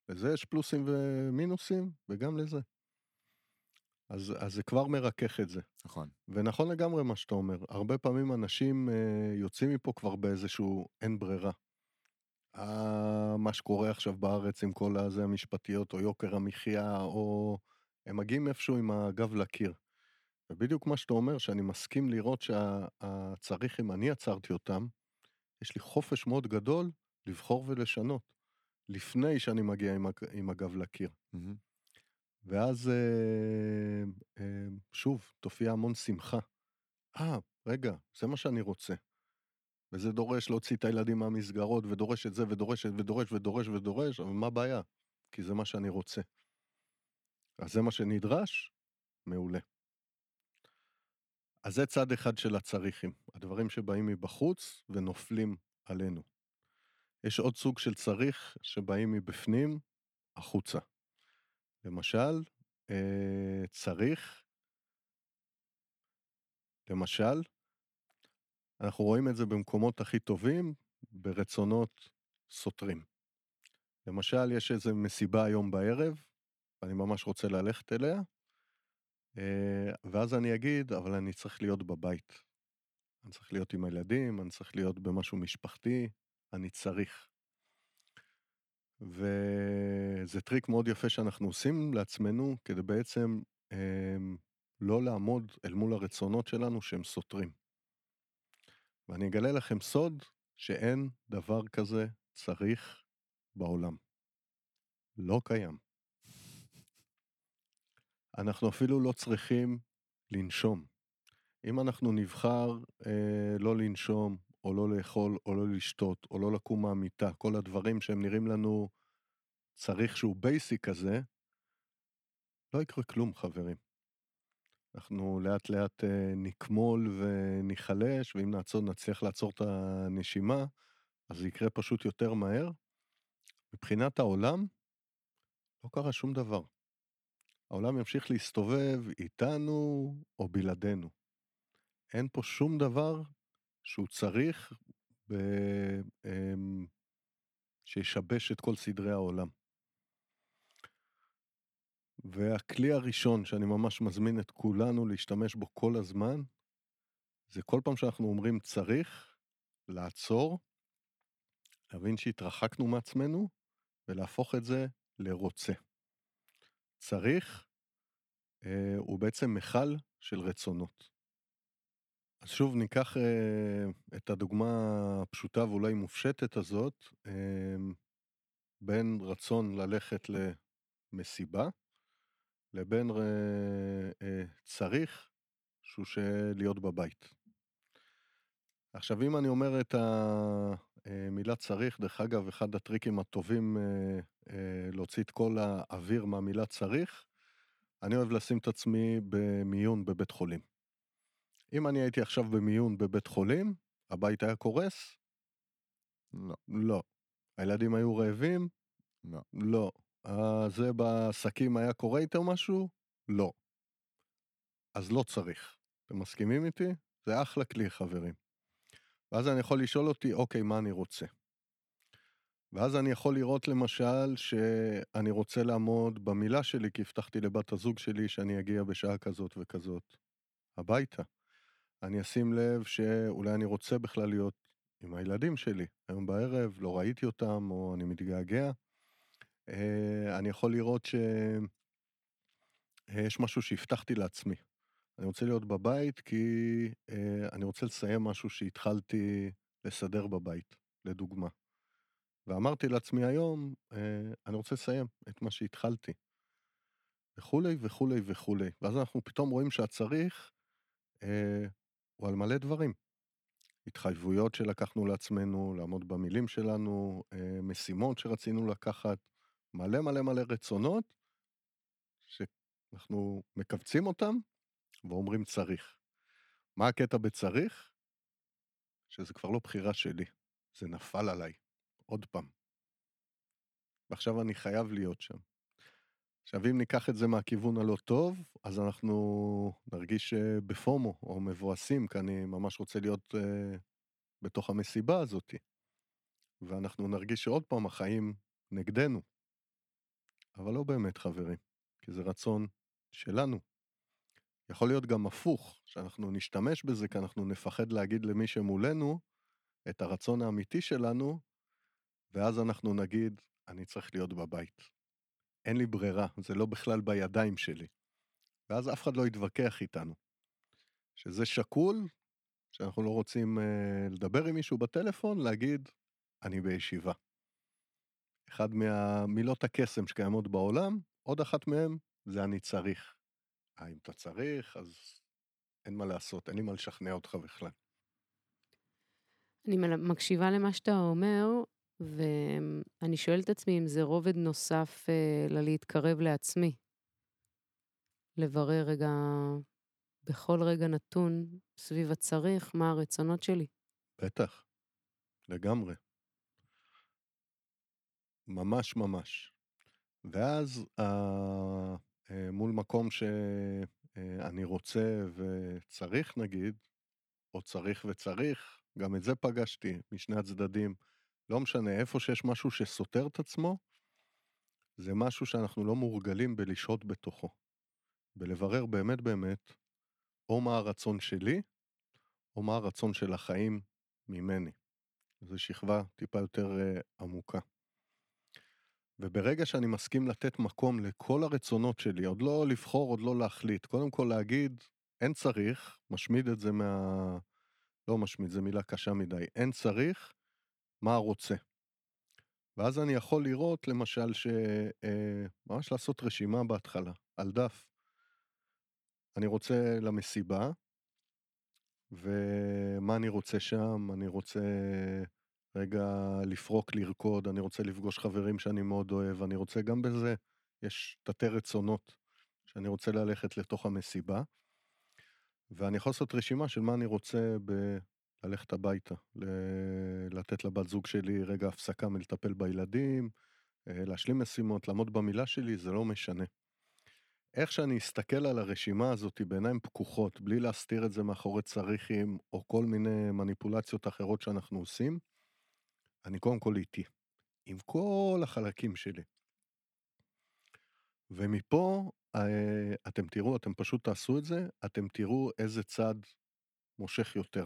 Speaker 4: לזה יש פלוסים ומינוסים, וגם לזה. אז, אז זה כבר מרכך את זה.
Speaker 2: נכון.
Speaker 4: ונכון לגמרי מה שאתה אומר, הרבה פעמים אנשים אה, יוצאים מפה כבר באיזשהו אין ברירה. אה, מה שקורה עכשיו בארץ עם כל הזה המשפטיות, או יוקר המחיה, או הם מגיעים איפשהו עם הגב לקיר. ובדיוק מה שאתה אומר, שאני מסכים לראות שהצריך, אם אני עצרתי אותם, יש לי חופש מאוד גדול לבחור ולשנות, לפני שאני מגיע עם, הג- עם הגב לקיר.
Speaker 2: מהמם.
Speaker 4: ואז אה, אה, שוב, תופיע המון שמחה. אה, רגע, זה מה שאני רוצה. וזה דורש להוציא את הילדים מהמסגרות, ודורש את זה, ודורש את ודורש ודורש ודורש, אבל מה הבעיה? כי זה מה שאני רוצה. אז זה מה שנדרש? מעולה. אז זה צד אחד של הצריכים, הדברים שבאים מבחוץ ונופלים עלינו. יש עוד סוג של צריך שבאים מבפנים החוצה. למשל, אה, צריך, למשל, אנחנו רואים את זה במקומות הכי טובים, ברצונות סותרים. למשל, יש איזו מסיבה היום בערב, ואני ממש רוצה ללכת אליה, אה, ואז אני אגיד, אבל אני צריך להיות בבית. אני צריך להיות עם הילדים, אני צריך להיות במשהו משפחתי, אני צריך. וזה טריק מאוד יפה שאנחנו עושים לעצמנו, כדי בעצם אה, לא לעמוד אל מול הרצונות שלנו שהם סותרים. ואני אגלה לכם סוד שאין דבר כזה צריך בעולם. לא קיים. אנחנו אפילו לא צריכים לנשום. אם אנחנו נבחר אה, לא לנשום, או לא לאכול, או לא לשתות, או לא לקום מהמיטה, כל הדברים שהם נראים לנו צריך שהוא בייסיק כזה, לא יקרה כלום, חברים. אנחנו לאט לאט אה, נקמול וניחלש, ואם נעצור, נצליח לעצור את הנשימה, אז זה יקרה פשוט יותר מהר. מבחינת העולם, לא קרה שום דבר. העולם ימשיך להסתובב איתנו או בלעדינו. אין פה שום דבר שהוא צריך ב... אמ, שישבש את כל סדרי העולם. והכלי הראשון שאני ממש מזמין את כולנו להשתמש בו כל הזמן, זה כל פעם שאנחנו אומרים צריך, לעצור, להבין שהתרחקנו מעצמנו, ולהפוך את זה לרוצה. צריך, אה, הוא בעצם מחל של רצונות. אז שוב ניקח אה, את הדוגמה הפשוטה ואולי מופשטת הזאת, אה, בין רצון ללכת למסיבה, לבין אה, אה, צריך שהוא להיות בבית. עכשיו אם אני אומר את המילה צריך, דרך אגב, אחד הטריקים הטובים אה, אה, להוציא את כל האוויר מהמילה צריך, אני אוהב לשים את עצמי במיון בבית חולים. אם אני הייתי עכשיו במיון בבית חולים, הבית היה קורס?
Speaker 2: לא.
Speaker 4: לא. הילדים היו רעבים?
Speaker 2: לא.
Speaker 4: לא. זה בעסקים היה קורה איתו משהו? לא. אז לא צריך. אתם מסכימים איתי? זה אחלה כלי, חברים. ואז אני יכול לשאול אותי, אוקיי, מה אני רוצה? ואז אני יכול לראות למשל שאני רוצה לעמוד במילה שלי, כי הבטחתי לבת הזוג שלי שאני אגיע בשעה כזאת וכזאת הביתה. אני אשים לב שאולי אני רוצה בכלל להיות עם הילדים שלי. היום בערב לא ראיתי אותם, או אני מתגעגע. אני יכול לראות שיש משהו שהבטחתי לעצמי. אני רוצה להיות בבית כי אני רוצה לסיים משהו שהתחלתי לסדר בבית, לדוגמה. ואמרתי לעצמי היום, אני רוצה לסיים את מה שהתחלתי. וכולי וכולי וכולי. ואז אנחנו פתאום רואים שהצריך הוא על מלא דברים. התחייבויות שלקחנו לעצמנו, לעמוד במילים שלנו, משימות שרצינו לקחת, מלא מלא מלא רצונות, שאנחנו מקבצים אותם ואומרים צריך. מה הקטע בצריך? שזה כבר לא בחירה שלי, זה נפל עליי, עוד פעם. ועכשיו אני חייב להיות שם. עכשיו אם ניקח את זה מהכיוון הלא טוב, אז אנחנו נרגיש בפומו או מבואסים, כי אני ממש רוצה להיות uh, בתוך המסיבה הזאת. ואנחנו נרגיש שעוד פעם החיים נגדנו. אבל לא באמת חברים, כי זה רצון שלנו. יכול להיות גם הפוך, שאנחנו נשתמש בזה, כי אנחנו נפחד להגיד למי שמולנו את הרצון האמיתי שלנו, ואז אנחנו נגיד, אני צריך להיות בבית. אין לי ברירה, זה לא בכלל בידיים שלי. ואז אף אחד לא יתווכח איתנו. שזה שקול, שאנחנו לא רוצים אה, לדבר עם מישהו בטלפון, להגיד, אני בישיבה. אחד מהמילות הקסם שקיימות בעולם, עוד אחת מהם, זה אני צריך. אה, אם אתה צריך, אז אין מה לעשות, אין לי מה לשכנע אותך בכלל.
Speaker 3: אני מל- מקשיבה למה שאתה אומר, ואני שואלת את עצמי אם זה רובד נוסף אה, ללהתקרב לעצמי. לברר רגע, בכל רגע נתון, סביב הצריך, מה הרצונות שלי.
Speaker 4: בטח, לגמרי. ממש ממש. ואז אה, אה, מול מקום שאני רוצה וצריך נגיד, או צריך וצריך, גם את זה פגשתי משני הצדדים. לא משנה, איפה שיש משהו שסותר את עצמו, זה משהו שאנחנו לא מורגלים בלשהות בתוכו. בלברר באמת באמת, או מה הרצון שלי, או מה הרצון של החיים ממני. זו שכבה טיפה יותר uh, עמוקה. וברגע שאני מסכים לתת מקום לכל הרצונות שלי, עוד לא לבחור, עוד לא להחליט, קודם כל להגיד, אין צריך, משמיד את זה מה... לא משמיד, זו מילה קשה מדי, אין צריך, מה רוצה. ואז אני יכול לראות, למשל, שממש לעשות רשימה בהתחלה, על דף. אני רוצה למסיבה, ומה אני רוצה שם, אני רוצה רגע לפרוק, לרקוד, אני רוצה לפגוש חברים שאני מאוד אוהב, אני רוצה גם בזה, יש תתי רצונות שאני רוצה ללכת לתוך המסיבה, ואני יכול לעשות רשימה של מה אני רוצה ב... ללכת הביתה, ל- לתת לבת זוג שלי רגע הפסקה מלטפל בילדים, אה, להשלים משימות, לעמוד במילה שלי, זה לא משנה. איך שאני אסתכל על הרשימה הזאת בעיניים פקוחות, בלי להסתיר את זה מאחורי צריכים, או כל מיני מניפולציות אחרות שאנחנו עושים, אני קודם כל איתי, עם כל החלקים שלי. ומפה, אה, אתם תראו, אתם פשוט תעשו את זה, אתם תראו איזה צד מושך יותר.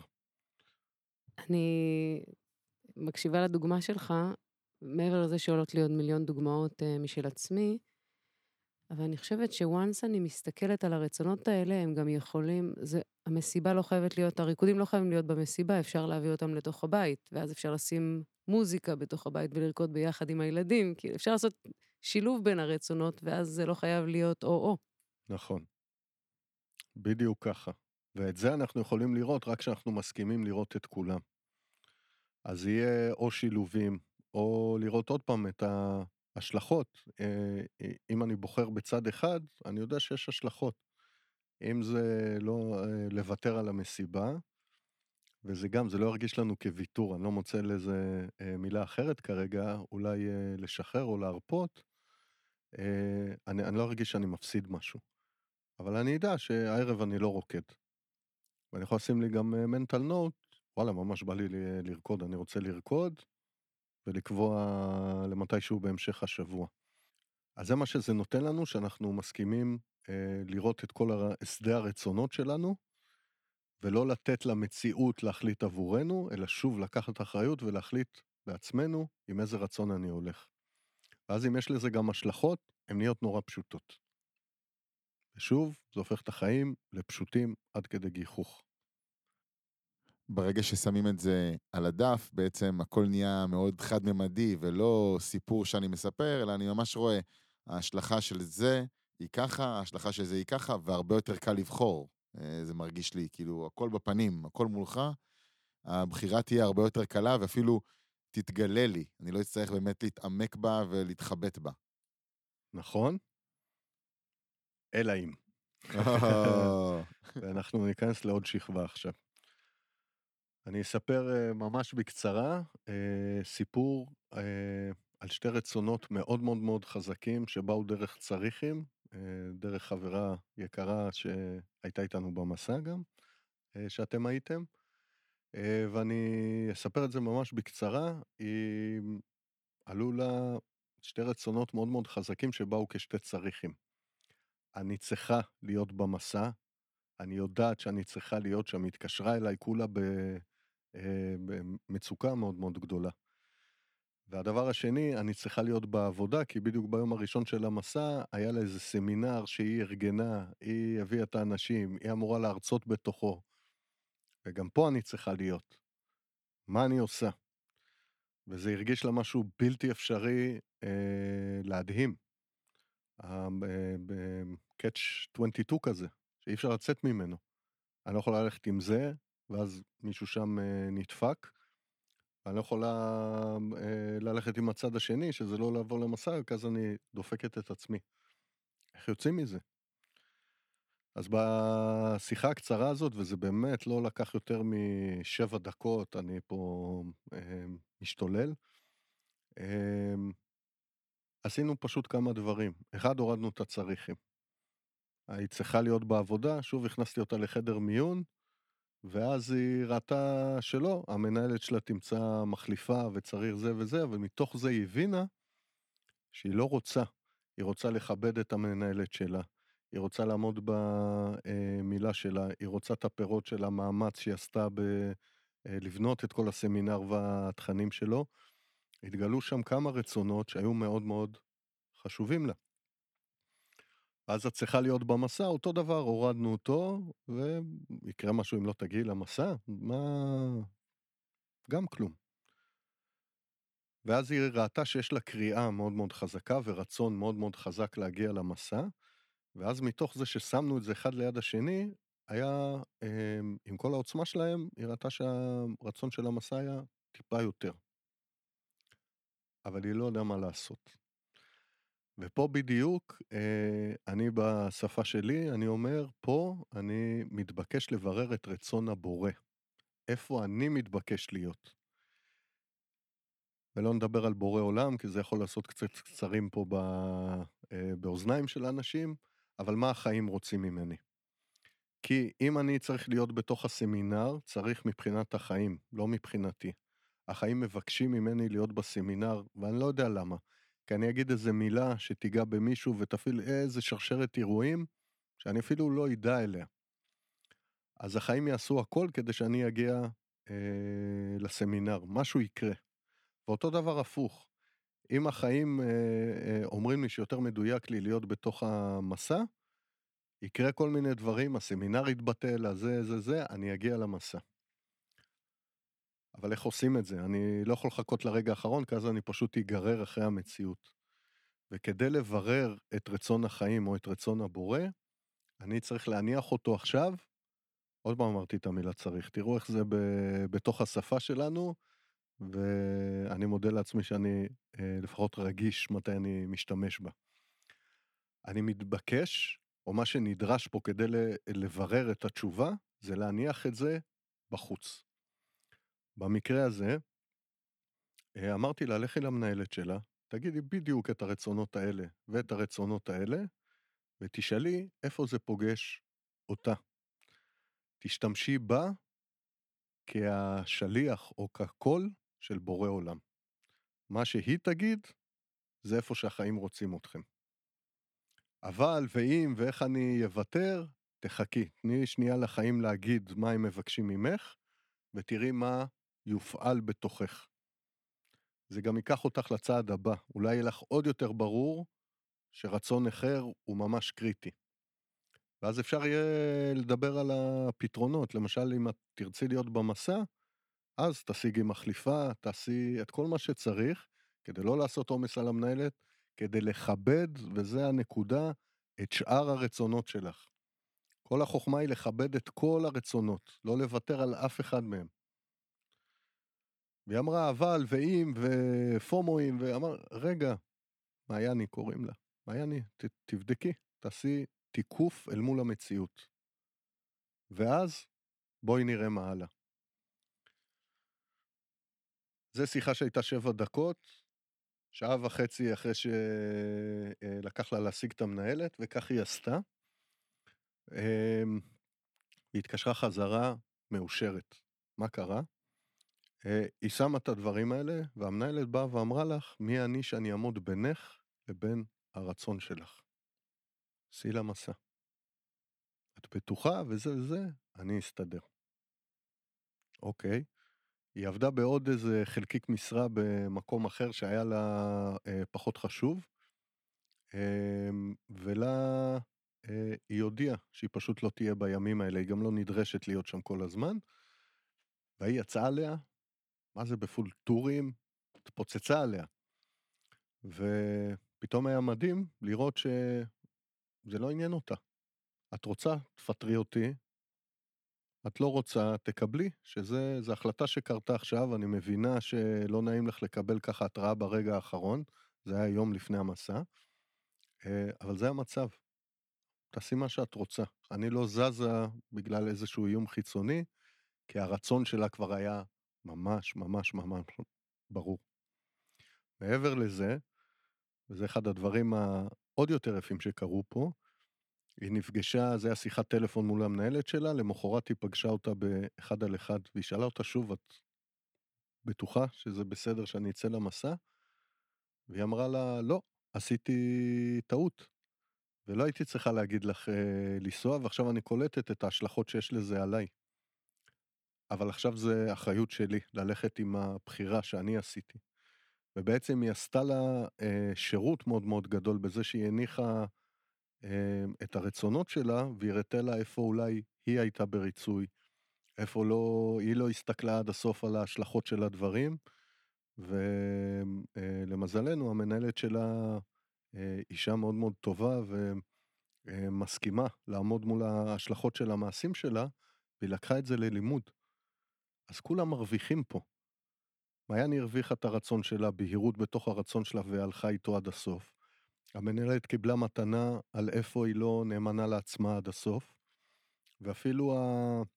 Speaker 3: אני מקשיבה לדוגמה שלך, מעבר לזה שעולות לי עוד מיליון דוגמאות uh, משל עצמי, אבל אני חושבת שוואנס אני מסתכלת על הרצונות האלה, הם גם יכולים, זה, המסיבה לא חייבת להיות, הריקודים לא חייבים להיות במסיבה, אפשר להביא אותם לתוך הבית, ואז אפשר לשים מוזיקה בתוך הבית ולרקוד ביחד עם הילדים, כי אפשר לעשות שילוב בין הרצונות, ואז זה לא חייב להיות או-או.
Speaker 4: נכון. בדיוק ככה. ואת זה אנחנו יכולים לראות רק כשאנחנו מסכימים לראות את כולם. אז יהיה או שילובים, או לראות עוד פעם את ההשלכות. אה, אם אני בוחר בצד אחד, אני יודע שיש השלכות. אם זה לא אה, לוותר על המסיבה, וזה גם, זה לא ירגיש לנו כוויתור, אני לא מוצא לזה אה, מילה אחרת כרגע, אולי אה, לשחרר או להרפות, אה, אני, אני לא ארגיש שאני מפסיד משהו. אבל אני יודע שהערב אני לא רוקד. ואני יכול לשים לי גם מנטל נוט, וואלה, ממש בא לי ל- לרקוד, אני רוצה לרקוד, ולקבוע למתישהו בהמשך השבוע. אז זה מה שזה נותן לנו, שאנחנו מסכימים אה, לראות את כל הר- שדה הרצונות שלנו, ולא לתת למציאות להחליט עבורנו, אלא שוב לקחת אחריות ולהחליט בעצמנו עם איזה רצון אני הולך. ואז אם יש לזה גם השלכות, הן נהיות נורא פשוטות. ושוב, זה הופך את החיים לפשוטים עד כדי גיחוך.
Speaker 2: ברגע ששמים את זה על הדף, בעצם הכל נהיה מאוד חד-ממדי, ולא סיפור שאני מספר, אלא אני ממש רואה, ההשלכה של זה היא ככה, ההשלכה של זה היא ככה, והרבה יותר קל לבחור. אה, זה מרגיש לי, כאילו, הכל בפנים, הכל מולך, הבחירה תהיה הרבה יותר קלה, ואפילו תתגלה לי. אני לא אצטרך באמת להתעמק בה ולהתחבט בה.
Speaker 4: נכון? אלא אם. ואנחנו ניכנס לעוד שכבה עכשיו. אני אספר uh, ממש בקצרה uh, סיפור uh, על שתי רצונות מאוד מאוד מאוד חזקים שבאו דרך צריכים, uh, דרך חברה יקרה שהייתה איתנו במסע גם, uh, שאתם הייתם, uh, ואני אספר את זה ממש בקצרה. היא עלו לה שתי רצונות מאוד מאוד חזקים שבאו כשתי צריכים. אני צריכה להיות במסע, אני יודעת שאני צריכה להיות שם, התקשרה אליי כולה ב, אה, במצוקה מאוד מאוד גדולה. והדבר השני, אני צריכה להיות בעבודה, כי בדיוק ביום הראשון של המסע, היה לה איזה סמינר שהיא ארגנה, היא הביאה את האנשים, היא אמורה להרצות בתוכו. וגם פה אני צריכה להיות. מה אני עושה? וזה הרגיש לה משהו בלתי אפשרי אה, להדהים. ב-catch עשרים ושתיים כזה, שאי אפשר לצאת ממנו. אני לא יכולה ללכת עם זה, ואז מישהו שם אה, נדפק. אני לא יכולה אה, ללכת עם הצד השני, שזה לא לעבור למסע, אז אני דופקת את עצמי. איך יוצאים מזה? אז בשיחה הקצרה הזאת, וזה באמת לא לקח יותר משבע דקות, אני פה אה, משתולל, אה, עשינו פשוט כמה דברים. אחד, הורדנו את הצריכים. היא צריכה להיות בעבודה, שוב הכנסתי אותה לחדר מיון, ואז היא ראתה שלא, המנהלת שלה תמצא מחליפה וצריך זה וזה, אבל מתוך זה היא הבינה שהיא לא רוצה. היא רוצה לכבד את המנהלת שלה, היא רוצה לעמוד במילה שלה, היא רוצה את הפירות של המאמץ שהיא עשתה בלבנות את כל הסמינר והתכנים שלו. התגלו שם כמה רצונות שהיו מאוד מאוד חשובים לה. אז את צריכה להיות במסע, אותו דבר, הורדנו אותו, ויקרה משהו אם לא תגיעי למסע, מה... גם כלום. ואז היא ראתה שיש לה קריאה מאוד מאוד חזקה, ורצון מאוד מאוד חזק להגיע למסע, ואז מתוך זה ששמנו את זה אחד ליד השני, היה, עם כל העוצמה שלהם, היא ראתה שהרצון של המסע היה טיפה יותר. אבל היא לא יודע מה לעשות. ופה בדיוק, אני בשפה שלי, אני אומר, פה אני מתבקש לברר את רצון הבורא. איפה אני מתבקש להיות? ולא נדבר על בורא עולם, כי זה יכול לעשות קצת קצרים פה באוזניים של האנשים, אבל מה החיים רוצים ממני? כי אם אני צריך להיות בתוך הסמינר, צריך מבחינת החיים, לא מבחינתי. החיים מבקשים ממני להיות בסמינר, ואני לא יודע למה. כי אני אגיד איזה מילה שתיגע במישהו ותפעיל איזה שרשרת אירועים, שאני אפילו לא ידע אליה. אז החיים יעשו הכל כדי שאני אגיע אה, לסמינר, משהו יקרה. ואותו דבר הפוך. אם החיים אה, אה, אומרים לי שיותר מדויק לי להיות בתוך המסע, יקרה כל מיני דברים, הסמינר יתבטל, הזה, זה, זה, אני אגיע למסע. אבל איך עושים את זה? אני לא יכול לחכות לרגע האחרון, כי אז אני פשוט אגרר אחרי המציאות. וכדי לברר את רצון החיים או את רצון הבורא, אני צריך להניח אותו עכשיו, עוד פעם אמרתי את המילה צריך, תראו איך זה ב- בתוך השפה שלנו, ואני מודה לעצמי שאני אה, לפחות רגיש מתי אני משתמש בה. אני מתבקש, או מה שנדרש פה כדי לברר את התשובה, זה להניח את זה בחוץ. במקרה הזה, אמרתי לה, לכי למנהלת שלה, תגידי בדיוק את הרצונות האלה ואת הרצונות האלה, ותשאלי איפה זה פוגש אותה. תשתמשי בה כשליח או כקול של בורא עולם. מה שהיא תגיד, זה איפה שהחיים רוצים אתכם. אבל ואם ואיך אני יוותר, תחכי. תני שנייה לחיים להגיד מה הם מבקשים ממך, ותראי מה יופעל בתוכך. זה גם ייקח אותך לצעד הבא. אולי יהיה לך עוד יותר ברור שרצון אחר הוא ממש קריטי. ואז אפשר יהיה לדבר על הפתרונות. למשל, אם את תרצי להיות במסע, אז תשיגי מחליפה, תעשי את כל מה שצריך, כדי לא לעשות עומס על המנהלת, כדי לכבד, וזה הנקודה, את שאר הרצונות שלך. כל החוכמה היא לכבד את כל הרצונות, לא לוותר על אף אחד מהם. והיא אמרה, אבל, ואם, ופומואים, ואמר, רגע, מעייני קוראים לה. מעייני, ת, תבדקי, תעשי תיקוף אל מול המציאות. ואז, בואי נראה מה הלאה. זה שיחה שהייתה שבע דקות, שעה וחצי אחרי שלקח לה להשיג את המנהלת, וכך היא עשתה. היא התקשרה חזרה מאושרת. מה קרה? אה, היא שמה את הדברים האלה, והמנהלת באה ואמרה לך, מי אני שאני אעמוד בינך לבין הרצון שלך. סעי למסע. את בטוחה וזה וזה, אני אסתדר. אוקיי. היא עבדה בעוד איזה חלקיק משרה במקום אחר שהיה לה אה, פחות חשוב, אה, ולה אה, היא הודיעה שהיא פשוט לא תהיה בימים האלה, היא גם לא נדרשת להיות שם כל הזמן, והיא יצאה עליה, מה זה בפול טורים? התפוצצה עליה. ופתאום היה מדהים לראות שזה לא עניין אותה. את רוצה, תפטרי אותי, את לא רוצה, תקבלי, שזה החלטה שקרתה עכשיו, אני מבינה שלא נעים לך לקבל ככה התראה ברגע האחרון, זה היה יום לפני המסע, אבל זה המצב. תעשי מה שאת רוצה. אני לא זזה בגלל איזשהו איום חיצוני, כי הרצון שלה כבר היה ממש ממש ממש ברור. מעבר לזה, וזה אחד הדברים העוד יותר יפים שקרו פה, היא נפגשה, זה היה שיחת טלפון מול המנהלת שלה, למחרת היא פגשה אותה באחד על אחד, והיא שאלה אותה שוב, את בטוחה שזה בסדר שאני אצא למסע? והיא אמרה לה, לא, עשיתי טעות, ולא הייתי צריכה להגיד לך אה, לנסוע, ועכשיו אני קולטת את ההשלכות שיש לזה עליי. אבל עכשיו זה אחריות שלי, ללכת עם הבחירה שאני עשיתי. ובעצם היא עשתה לה אה, שירות מאוד מאוד גדול, בזה שהיא הניחה אה, את הרצונות שלה, והיא הראתה לה איפה אולי היא הייתה בריצוי, איפה לא, היא לא הסתכלה עד הסוף על ההשלכות של הדברים, ולמזלנו המנהלת שלה אה, אישה מאוד מאוד טובה, ומסכימה לעמוד מול ההשלכות של המעשים שלה, והיא לקחה את זה ללימוד. אז כולם מרוויחים פה. מעיין הרוויחה את הרצון שלה, בהירות בתוך הרצון שלה, והלכה איתו עד הסוף. המנהלת קיבלה מתנה על איפה היא לא נאמנה לעצמה עד הסוף, ואפילו ה...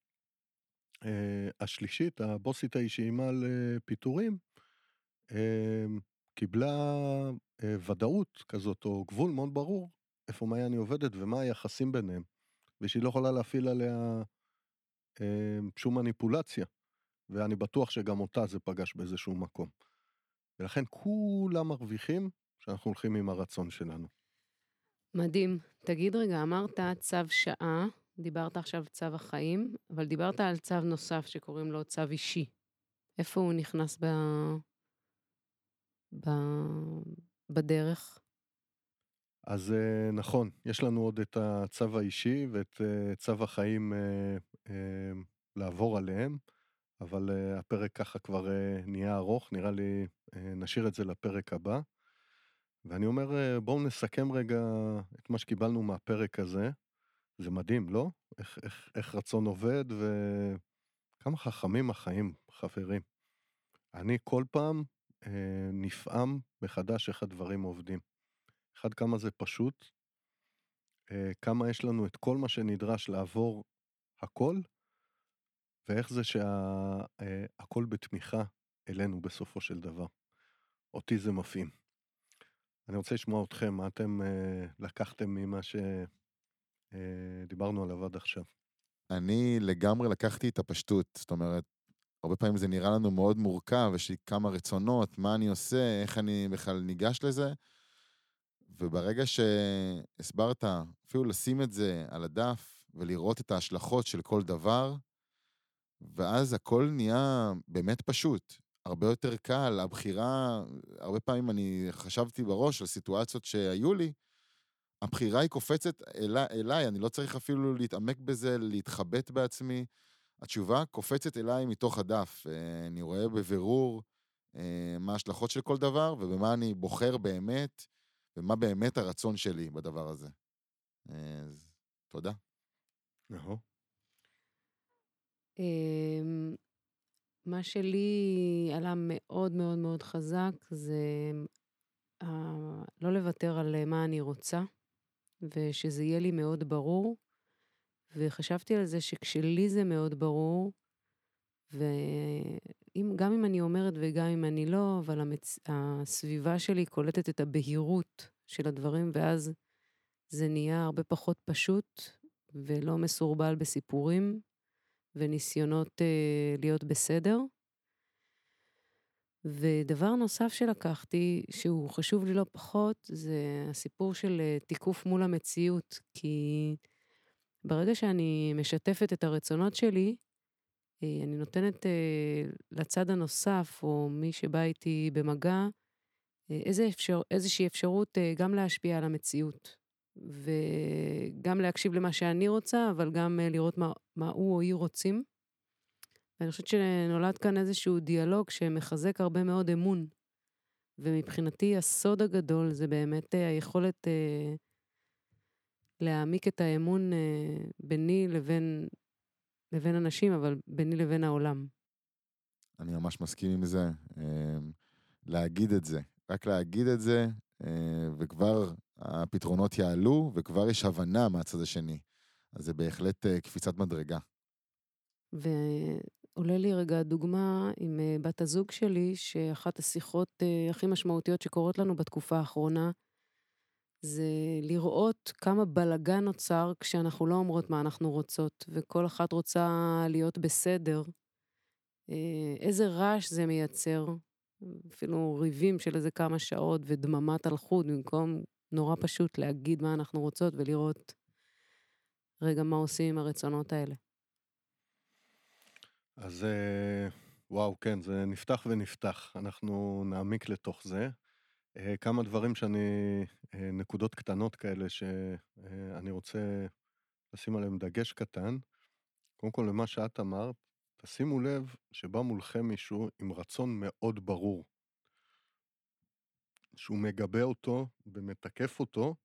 Speaker 4: השלישית, הבוסית ההיא שאימה על פיטורים, קיבלה ודאות כזאת, או גבול מאוד ברור, איפה מעיין היא עובדת ומה היחסים ביניהם, ושהיא לא יכולה להפעיל עליה שום מניפולציה, ואני בטוח שגם אותה זה פגש באיזשהו מקום. ולכן כולם מרוויחים שאנחנו הולכים עם הרצון שלנו.
Speaker 3: מדהים. תגיד רגע, אמרת צו שעה, דיברת עכשיו צו החיים, אבל דיברת על צו נוסף שקוראים לו צו אישי. איפה הוא נכנס ב... ב... בדרך?
Speaker 4: אז נכון, יש לנו עוד את הצו האישי ואת צו החיים לעבור עליהם, אבל הפרק ככה כבר נהיה ארוך, נראה לי נשאיר את זה לפרק הבא. ואני אומר, בואו נסכם רגע את מה שקיבלנו מהפרק הזה. זה מדהים, לא? איך, איך, איך רצון עובד וכמה חכמים החיים, חברים. אני כל פעם אה, נפעם מחדש איך הדברים עובדים. אחד, כמה זה פשוט, אה, כמה יש לנו את כל מה שנדרש לעבור הכל, ואיך זה שהכל בתמיכה אלינו בסופו של דבר. אותי זה מפעים. אני רוצה לשמוע אתכם, מה אתם אה, לקחתם ממה שדיברנו עליו עד עכשיו?
Speaker 2: אני לגמרי לקחתי את הפשטות, זאת אומרת, הרבה פעמים זה נראה לנו מאוד מורכב, יש לי כמה רצונות, מה אני עושה, איך אני בכלל ניגש לזה, וברגע שהסברת, אפילו לשים את זה על הדף, ולראות את ההשלכות של כל דבר, ואז הכל נהיה באמת פשוט, הרבה יותר קל, הבחירה, הרבה פעמים אני חשבתי בראש על סיטואציות שהיו לי, הבחירה היא קופצת אליי, אליי, אני לא צריך אפילו להתעמק בזה, להתחבט בעצמי, התשובה קופצת אליי מתוך הדף, אני רואה בבירור מה ההשלכות של כל דבר, ובמה אני בוחר באמת, ומה באמת הרצון שלי בדבר הזה. אז תודה.
Speaker 4: נכון.
Speaker 3: מה שלי עלה מאוד מאוד מאוד חזק, זה לא לוותר על מה אני רוצה, ושזה יהיה לי מאוד ברור, וחשבתי על זה שכשלי זה מאוד ברור, וגם אם אני אומרת וגם אם אני לא, אבל המצ... הסביבה שלי קולטת את הבהירות של הדברים, ואז זה נהיה הרבה פחות פשוט, ולא מסורבל בסיפורים, וניסיונות אה, להיות בסדר. ודבר נוסף שלקחתי, שהוא חשוב לי לא פחות, זה הסיפור של אה, תיקוף מול המציאות, כי ברגע שאני משתפת את הרצונות שלי, אה, אני נותנת אה, לצד הנוסף, או מי שבא איתי במגע, אה, איזה אפשר, איזושהי אפשרות אה, גם להשפיע על המציאות, וגם להקשיב למה שאני רוצה, אבל גם אה, לראות מה, מה הוא או היא רוצים. ואני חושבת שנולד כאן איזשהו דיאלוג שמחזק הרבה מאוד אמון, ומבחינתי הסוד הגדול זה באמת אה, היכולת אה, להעמיק את האמון אה, ביני לבין, לבין אנשים, אבל ביני לבין העולם.
Speaker 2: אני ממש מסכים עם זה. אה, להגיד את זה, רק להגיד את זה, אה, וכבר הפתרונות יעלו, וכבר יש הבנה מהצד השני. אז זה בהחלט אה, קפיצת מדרגה.
Speaker 3: ועולה לי רגע דוגמה עם אה, בת הזוג שלי, שאחת השיחות אה, הכי משמעותיות שקורות לנו בתקופה האחרונה, זה לראות כמה בלגן נוצר כשאנחנו לא אומרות מה אנחנו רוצות, וכל אחת רוצה להיות בסדר. אה, איזה רעש זה מייצר, אפילו ריבים של איזה כמה שעות ודממת אלחוט, במקום נורא פשוט להגיד מה אנחנו רוצות ולראות רגע מה עושים עם הרצונות האלה.
Speaker 4: אז אה, וואו, כן, זה נפתח ונפתח. אנחנו נעמיק לתוך זה. אה, כמה דברים שאני, אה, נקודות קטנות כאלה שאני רוצה לשים עליהם דגש קטן. קודם כל, למה שאת אמרת, תשימו לב שבא מולכם מישהו עם רצון מאוד ברור, שהוא מגבה אותו ומתקף אותו,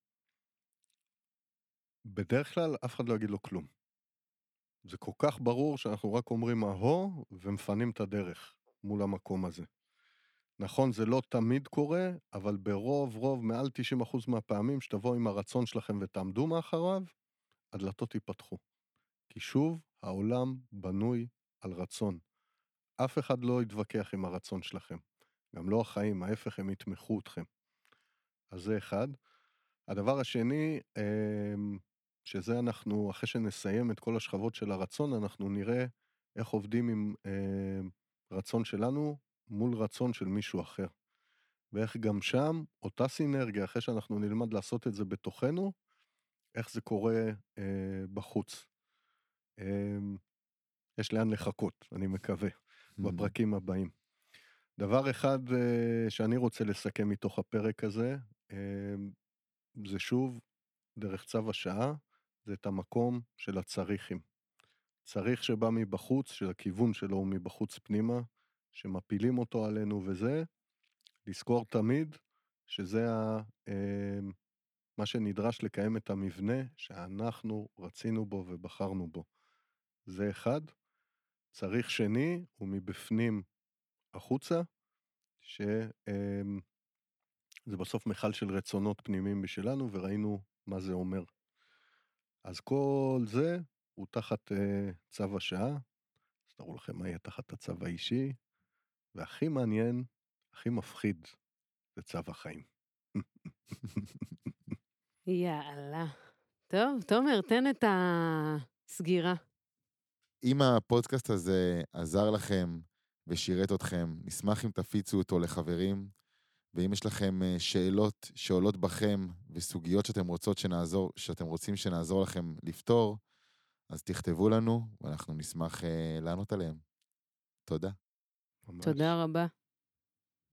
Speaker 4: בדרך כלל אף אחד לא יגיד לו כלום. זה כל כך ברור שאנחנו רק אומרים אהו ומפנים את הדרך מול המקום הזה. נכון, זה לא תמיד קורה, אבל ברוב, רוב, מעל תשעים אחוז מהפעמים שתבואו עם הרצון שלכם ותעמדו מאחריו, הדלתות ייפתחו. כי שוב, העולם בנוי על רצון. אף אחד לא יתווכח עם הרצון שלכם. גם לא החיים, ההפך, הם יתמכו אתכם. אז זה אחד. הדבר השני, שזה אנחנו, אחרי שנסיים את כל השכבות של הרצון, אנחנו נראה איך עובדים עם רצון שלנו מול רצון של מישהו אחר. ואיך גם שם, אותה סינרגיה, אחרי שאנחנו נלמד לעשות את זה בתוכנו, איך זה קורה אה, בחוץ. אה, יש לאן לחכות, אני מקווה, בפרקים הבאים. דבר אחד אה, שאני רוצה לסכם מתוך הפרק הזה, אה, זה שוב, דרך צו השעה, זה את המקום של הצריכים. צריך שבא מבחוץ, שהכיוון שלו הוא מבחוץ פנימה, שמפילים אותו עלינו וזה, לזכור תמיד שזה ה, אה, מה שנדרש לקיים את המבנה שאנחנו רצינו בו ובחרנו בו. זה אחד. צריך שני, ומבפנים החוצה, שזה בסוף מחל של רצונות פנימיים בשלנו, וראינו מה זה אומר. אז כל זה הוא תחת אה, צו השעה, אז תראו לכם מה יהיה תחת הצו האישי, והכי מעניין, הכי מפחיד, זה צו החיים.
Speaker 3: יאללה. טוב, תומר, תן את הסגירה.
Speaker 2: אם הפודקאסט הזה עזר לכם ושירת אתכם, נשמח אם תפיצו אותו לחברים, ואם יש לכם שאלות שעולות בכם וסוגיות שאתם רוצות שנעזור, שאתם רוצים שנעזור לכם לפתור, אז תכתבו לנו ואנחנו נשמח לענות עליהם. תודה.
Speaker 3: תודה רבה.